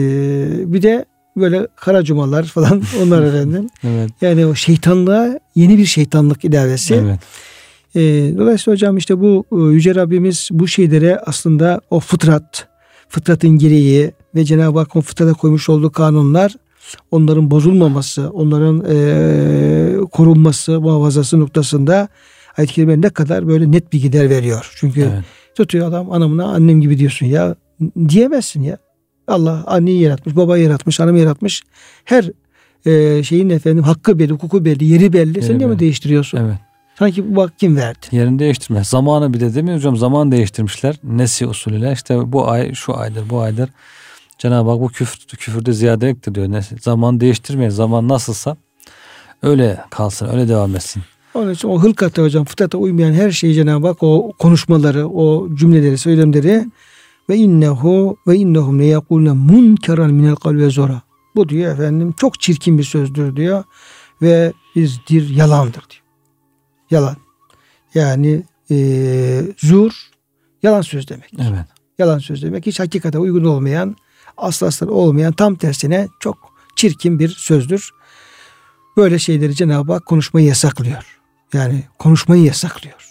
e, bir de böyle kara cumalar falan onlar efendim. Evet. Yani o şeytanlığa yeni bir şeytanlık ilavesi. Evet. E, dolayısıyla hocam işte bu Yüce Rabbimiz bu şeylere aslında o fıtrat, fıtratın gereği ve Cenab-ı Hakk'ın fıtrata koymuş olduğu kanunlar onların bozulmaması, onların e, korunması, muhafazası noktasında ayet-i kerime ne kadar böyle net bilgiler veriyor. Çünkü evet. tutuyor adam anamına annem gibi diyorsun ya diyemezsin ya. Allah anneyi yaratmış, babayı yaratmış, hanımı yaratmış. Her e, şeyin efendim hakkı belli, hukuku belli, yeri belli. Yeri Sen niye mi değiştiriyorsun? Evet. Sanki bu hak kim verdi? Yerini değiştirme. Zamanı bir de değil mi hocam? Zaman değiştirmişler. Nesi usulüyle. İşte bu ay şu aydır, bu aydır. Cenab-ı Hak bu küfür, küfürde ziyadeliktir diyor. Nesi? Zaman değiştirmeyin. Zaman nasılsa öyle kalsın, öyle devam etsin. Onun için o hılkata hocam, fıtrata uymayan her şeyi Cenab-ı Hak o konuşmaları, o cümleleri, söylemleri ve innehu ve innehum le yekulne munkeran minel kavli ve zora. Bu diyor efendim çok çirkin bir sözdür diyor ve bizdir yalandır diyor. Yalan. Yani e, zur yalan söz demek. Evet. Yalan söz demek. Hiç hakikate uygun olmayan, aslı aslı olmayan, tam tersine çok çirkin bir sözdür. Böyle şeyleri Cenab-ı Hak konuşmayı yasaklıyor. Yani konuşmayı yasaklıyor.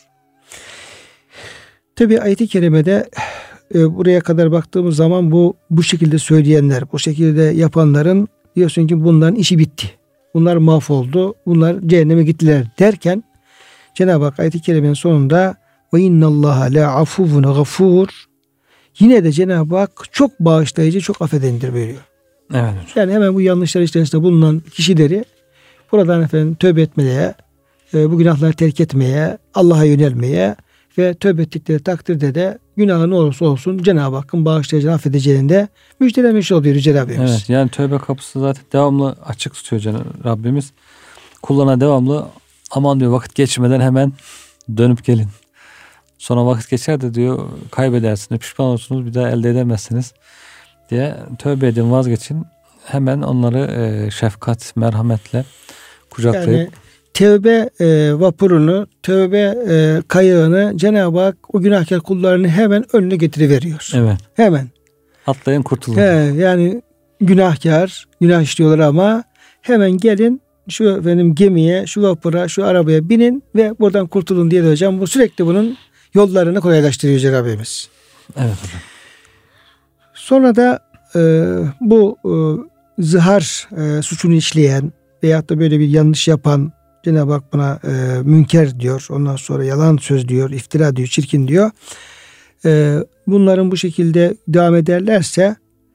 Tabi ayet-i kerimede e, buraya kadar baktığımız zaman bu bu şekilde söyleyenler, bu şekilde yapanların diyorsun ki bunların işi bitti. Bunlar mahvoldu. Bunlar cehenneme gittiler derken Cenab-ı Hak ayet-i kerimenin sonunda ve innallaha la afuvun gafur, yine de Cenab-ı Hak çok bağışlayıcı, çok affedendir buyuruyor. Evet. Yani hemen bu yanlışlar içerisinde bulunan kişileri buradan efendim tövbe etmeye, bu günahları terk etmeye, Allah'a yönelmeye ve tövbe ettikleri takdirde de günahı ne olursa olsun Cenab-ı Hakk'ın bağışlayacağını, affedeceğini de müjdelemiş oluyor Yüce Rabbimiz. Evet, yani tövbe kapısı zaten devamlı açık tutuyor Cenab-ı Rabbimiz. Kullarına devamlı aman diyor vakit geçmeden hemen dönüp gelin. Sonra vakit geçer de diyor kaybedersiniz, pişman olursunuz, bir daha elde edemezsiniz diye tövbe edin, vazgeçin. Hemen onları e, şefkat, merhametle kucaklayıp. Yani tövbe e, vapurunu, tövbe e, kayığını Cenab-ı Hak o günahkar kullarını hemen önüne getiriveriyor. Evet. Hemen. Atlayın kurtulun. He, yani günahkar, günah işliyorlar ama hemen gelin şu efendim gemiye, şu vapura, şu arabaya binin ve buradan kurtulun diye de hocam bu sürekli bunun yollarını kolaylaştırıyor Yüce Rabbimiz. Evet hocam. Sonra da e, bu e, zihar e, suçunu işleyen veyahut da böyle bir yanlış yapan Cenab-ı Hak buna e, münker diyor. Ondan sonra yalan söz diyor, iftira diyor, çirkin diyor. e, bunların bu şekilde devam ederlerse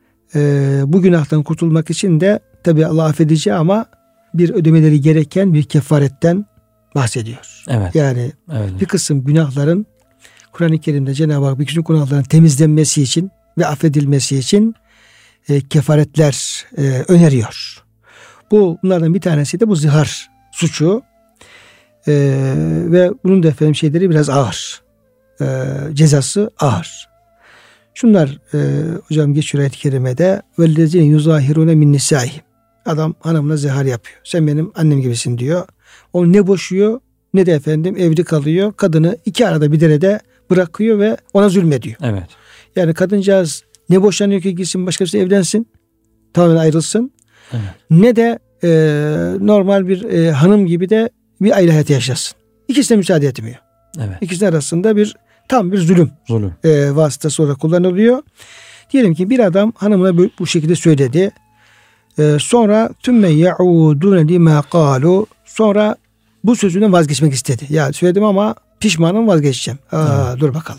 e, bu günahtan kurtulmak için de tabi Allah affedici ama bir ödemeleri gereken bir kefaretten bahsediyor. Evet. Yani evet. bir kısım günahların Kur'an-ı Kerim'de Cenab-ı Hak bir kısım günahların temizlenmesi için ve affedilmesi için e, kefaretler e, öneriyor. Bu bunlardan bir tanesi de bu zihar suçu e, ve bunun da efendim şeyleri biraz ağır. E, cezası ağır. Şunlar e, hocam geçiyor ayet-i kerimede vellezine yuzahirune min nisai. Adam hanımına zihar yapıyor. Sen benim annem gibisin diyor. O ne boşuyor ne de efendim evli kalıyor. Kadını iki arada bir derede bırakıyor ve ona zulmediyor. Evet. Yani kadıncağız ne boşanıyor ki gitsin başkası evlensin. Tamamen ayrılsın. Evet. Ne de e, normal bir e, hanım gibi de bir aile hayatı yaşasın. İkisine müsaade etmiyor. Evet. İkisi arasında bir tam bir zulüm, zulüm. E, vasıtası olarak kullanılıyor. Diyelim ki bir adam hanımına bu, bu şekilde söyledi. E, sonra tümme yaudune lima qalu. Sonra bu sözünden vazgeçmek istedi. Ya söyledim ama pişmanım, vazgeçeceğim. Aa, evet. Dur bakalım.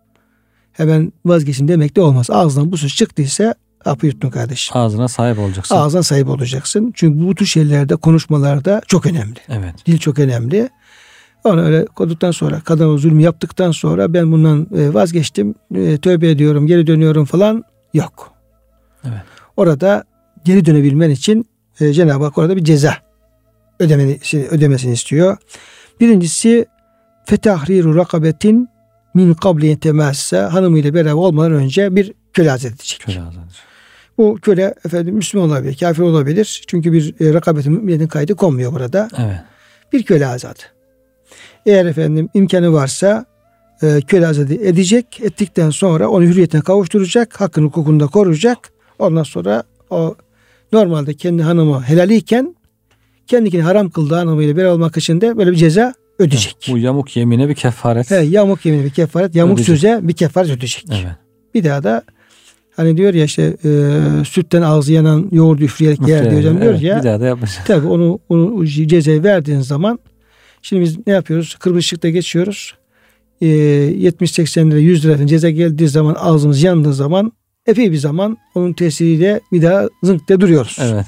Hemen vazgeçin demek de olmaz. Ağzından bu söz çıktıysa apı yuttun kardeşim. Ağzına sahip olacaksın. Ağzına sahip olacaksın. Çünkü bu tür şeylerde, konuşmalarda çok önemli. Evet. Dil çok önemli. Onu öyle koduktan sonra, kadına zulmü yaptıktan sonra ben bundan vazgeçtim, tövbe ediyorum, geri dönüyorum falan yok. Evet. Orada geri dönebilmen için Cenab-ı Hak orada bir ceza ödemesini, ödemesini istiyor. Birincisi fetahriru rakabetin min kabli yetemezse, hanımıyla beraber olmadan önce bir köle azat edecek. Köle azat edecek. Bu köle efendim Müslüman olabilir, kafir olabilir. Çünkü bir e, rakabetin müminin kaydı konmuyor burada. Evet. Bir köle azat. Eğer efendim imkanı varsa e, köle azat edecek. Ettikten sonra onu hürriyetine kavuşturacak. Hakkını hukukunu da koruyacak. Ondan sonra o normalde kendi hanımı helaliyken kendikini haram kıldığı hanımıyla beraber olmak için de böyle bir ceza ödeyecek. Evet, bu yamuk yemine bir kefaret. He, yamuk yemine bir kefaret, yamuk ödeyecek. söze bir kefaret ödeyecek. Evet. Bir daha da hani diyor ya işte e, sütten ağzı yanan yoğurdu üfleyerek yer diyor hocam, diyor evet, ya. Bir daha da yapmayacağız. Tabii onu, onu cezayı verdiğin zaman şimdi biz ne yapıyoruz? Kırmızı ışıkta geçiyoruz. E, yetmiş seksen lira yüz lira ceza geldiği zaman, ağzımız yandığı zaman epey bir zaman onun tesiriyle bir daha zınk de duruyoruz. Evet.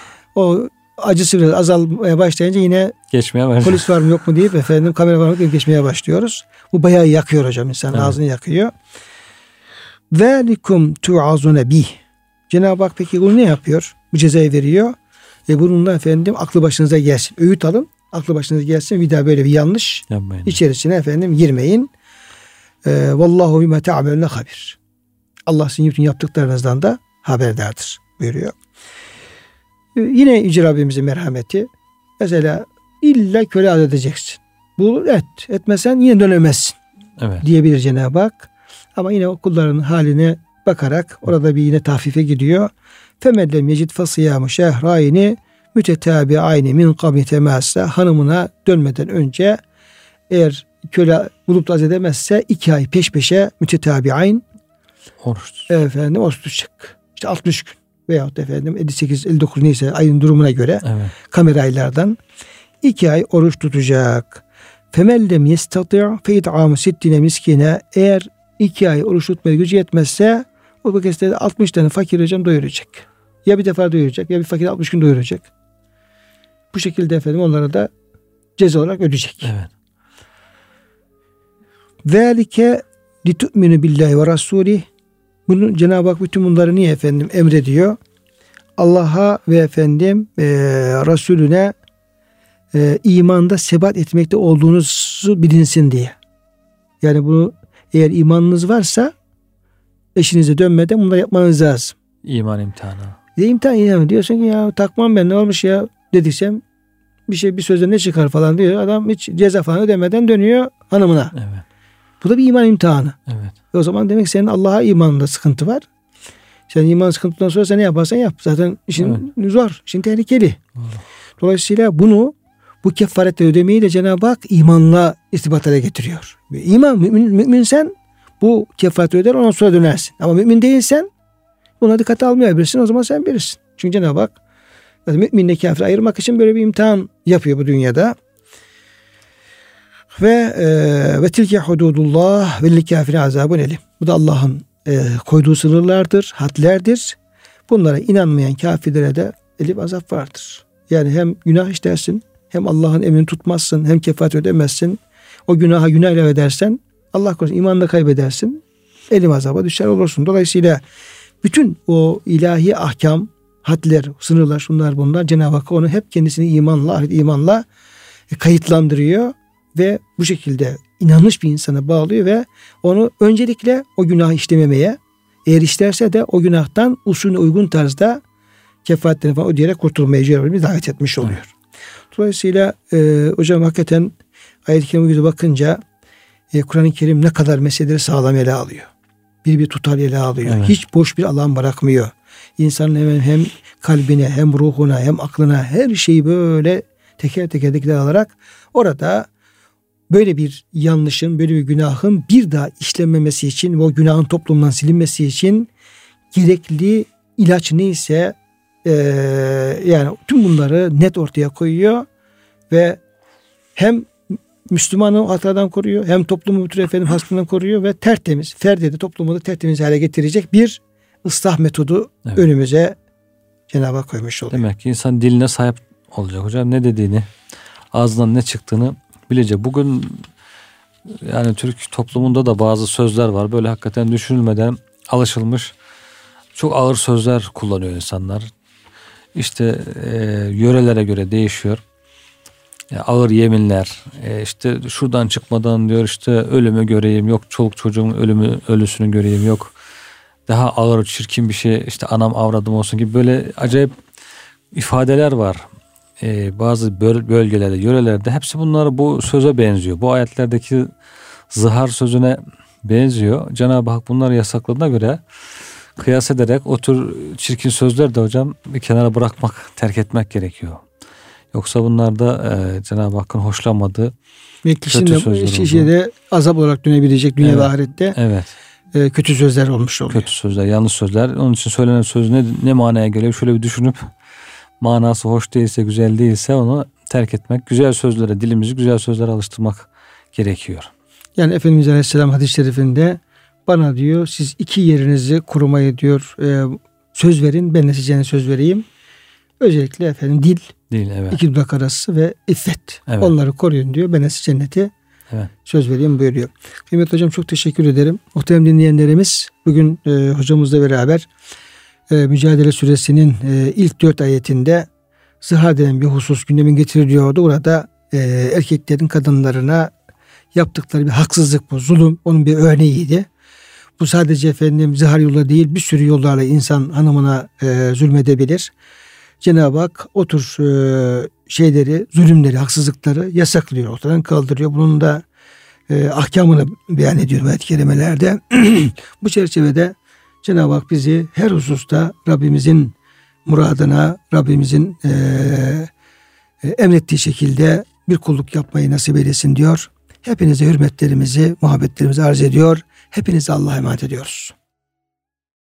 O acısı biraz azalmaya başlayınca yine geçmeye başlıyor. Polis var mı yok mu deyip efendim kamera var mı deyip geçmeye başlıyoruz. Bu bayağı yakıyor hocam, insanın evet. ağzını yakıyor. Velikum tu'azune bih. Cenab-ı Hak peki bunu ne yapıyor? Bu cezayı veriyor. Ve bununla efendim aklı başınıza gelsin. Öğüt alın. Aklı başınıza gelsin. Bir daha böyle bir yanlış yapmayın. İçerisine efendim girmeyin. Ee, Vallahu bima ta'melune habir. Allah sizin bütün yaptıklarınızdan da haberdardır buyuruyor. Ee, yine Yüce Rabbimizin merhameti. Mesela illa köle azat edeceksin. Bu et. Etmesen yine dönemezsin. Evet. Diyebilir Cenab-ı Hak. Ama yine o kulların haline bakarak orada bir yine tahfife gidiyor. Femellem yecid fasıyamu şehrayni mütetabi'ayni min kabli temassa. Hanımına dönmeden önce eğer köle bulup da azat edemezse iki ay peş peşe mütetabi'ayn oruç efendim oruç tutacak. İşte altmış gün veyahut efendim elli sekiz elli dokuz neyse ayın durumuna göre evet. kamera aylardan iki ay oruç tutacak. Femellem yestati' fe it'amu sittine miskine. Eğer iki ay oruç tutmaya gücü yetmezse o vakitte altmış tane fakir hocam doyuracak. Ya bir defa doyuracak ya bir fakir altmış gün doyuracak. Bu şekilde efendim onlara da ceza olarak ödeyecek. Evet. Velike litu'minu billahi ve rasulih. Bunu Cenab-ı Hak bütün bunları niye efendim emrediyor? Allah'a ve efendim e, Resulüne e, imanda sebat etmekte olduğunuzu bilinsin diye. Yani bunu eğer imanınız varsa eşinize dönmeden bunları yapmanız lazım. İman imtihanı. Ya imtihan yani diyorsun ki ya takmam ben ne olmuş ya dediysem bir şey bir sözden ne çıkar falan diyor. Adam hiç ceza falan ödemeden dönüyor hanımına. Evet. Bu da bir iman imtihanı. Evet. E o zaman demek senin Allah'a imanında sıkıntı var. Sen iman sıkıntıdan sonra sen ne yaparsan yap. Zaten işin evet. zor, işin tehlikeli. Evet. Dolayısıyla bunu bu kefaretle ödemeyi de Cenab-ı Hak imanla irtibatlara getiriyor. İman, mümin, mümin sen bu kefareti öder ondan sonra dönersin. Ama mümin değilsen buna dikkat almayabilirsin, o zaman sen bilirsin. Çünkü Cenab-ı Hak müminle kafiri ayırmak için böyle bir imtihan yapıyor bu dünyada. Ve e, ve tilke hududullah ve lil kafirin azabun elim. Bu da Allah'ın e, koyduğu sınırlardır, hadlerdir. Bunlara inanmayan kafirlere de elim azap vardır. Yani hem günah işlersin, hem Allah'ın emrini tutmazsın, hem kefaret ödemezsin. O günaha günah ilave edersen Allah korusun imanını da kaybedersin. Elim azaba düşer olursun. Dolayısıyla bütün o ilahi ahkam, hadler, sınırlar, şunlar bunlar Cenab-ı Hak onu hep kendisini imanla, ahiret imanla kayıtlandırıyor ve bu şekilde inanmış bir insana bağlıyor ve onu öncelikle o günahı işlememeye, eğer işlerse de o günahtan usulüne uygun tarzda kefaretlerini falan ödeyerek kurtulmaya Cenab-ı davet etmiş oluyor. Evet. Dolayısıyla e, hocam hakikaten ayet-i kerime göze bakınca e, Kur'an-ı Kerim ne kadar meseleleri sağlam ele alıyor. Bir bir tutar ele alıyor. Evet. Hiç boş bir alan bırakmıyor. İnsanın hem, hem kalbine, hem ruhuna, hem aklına her şeyi böyle teker teker teker alarak orada böyle bir yanlışın, böyle bir günahın bir daha işlenmemesi için ve o günahın toplumdan silinmesi için gerekli ilaç neyse e, yani tüm bunları net ortaya koyuyor ve hem Müslümanı o hatadan koruyor, hem toplumu bütün efendim hastadan koruyor ve tertemiz, ferdi de toplumu da tertemiz hale getirecek bir ıslah metodu evet. önümüze Cenab-ı Hak koymuş oluyor. Demek ki insan diline sahip olacak hocam, ne dediğini, ağzından ne çıktığını bilecek. Bugün yani Türk toplumunda da bazı sözler var. Böyle hakikaten düşünülmeden alışılmış çok ağır sözler kullanıyor insanlar. İşte e, yörelere göre değişiyor. E, ağır yeminler. E, işte şuradan çıkmadan diyor işte ölümü göreyim, yok çoluk çocuğun ölümü ölüsünü göreyim, yok daha ağır çirkin bir şey işte anam avradım olsun gibi böyle acayip ifadeler var. Ee, bazı bölgelerde, yörelerde hepsi bunlar bu söze benziyor. Bu ayetlerdeki zihar sözüne benziyor. Cenab-ı Hak bunları yasakladığına göre kıyas ederek o tür çirkin sözler de hocam bir kenara bırakmak, terk etmek gerekiyor. Yoksa bunlar da e, Cenab-ı Hakk'ın hoşlanmadığı ve kişinin şeyde azap olarak dönebilecek dünya evet, ve ahirette evet. e, kötü sözler olmuş oluyor. Kötü sözler, yanlış sözler. Onun için söylenen söz ne, ne manaya geliyor? Şöyle bir düşünüp manası hoş değilse, güzel değilse onu terk etmek, güzel sözlere, dilimizi güzel sözlere alıştırmak gerekiyor. Yani Efendimiz Aleyhisselam hadis-i şerifinde bana diyor siz iki yerinizi korumayı diyor e, söz verin, ben de size söz vereyim. Özellikle efendim dil, dil evet. iki dudak arası ve iffet. Evet. Onları koruyun diyor. Ben de size cenneti evet. söz vereyim buyuruyor. Kıymetli hocam çok teşekkür ederim. Muhterem dinleyenlerimiz bugün e, hocamızla beraber e, Mücadele Suresinin e, ilk dört ayetinde zihar denen bir husus gündemin getiriliyordu. Orada e, erkeklerin kadınlarına yaptıkları bir haksızlık bu, zulüm onun bir örneğiydi. Bu sadece efendim zihar yolu değil, bir sürü yollarla insan hanımına e, zulmedebilir. Cenab-ı Hak o tür e, şeyleri, zulümleri, haksızlıkları yasaklıyor, ortadan kaldırıyor. Bunun da e, ahkamını beyan ediyor ayet-i kerimelerde. Bu çerçevede Cenab-ı Hak bizi her hususta Rabbimizin muradına, Rabbimizin e, e, emrettiği şekilde bir kulluk yapmayı nasip eylesin diyor. Hepinize hürmetlerimizi, muhabbetlerimizi arz ediyor. Hepinize Allah'a emanet ediyoruz.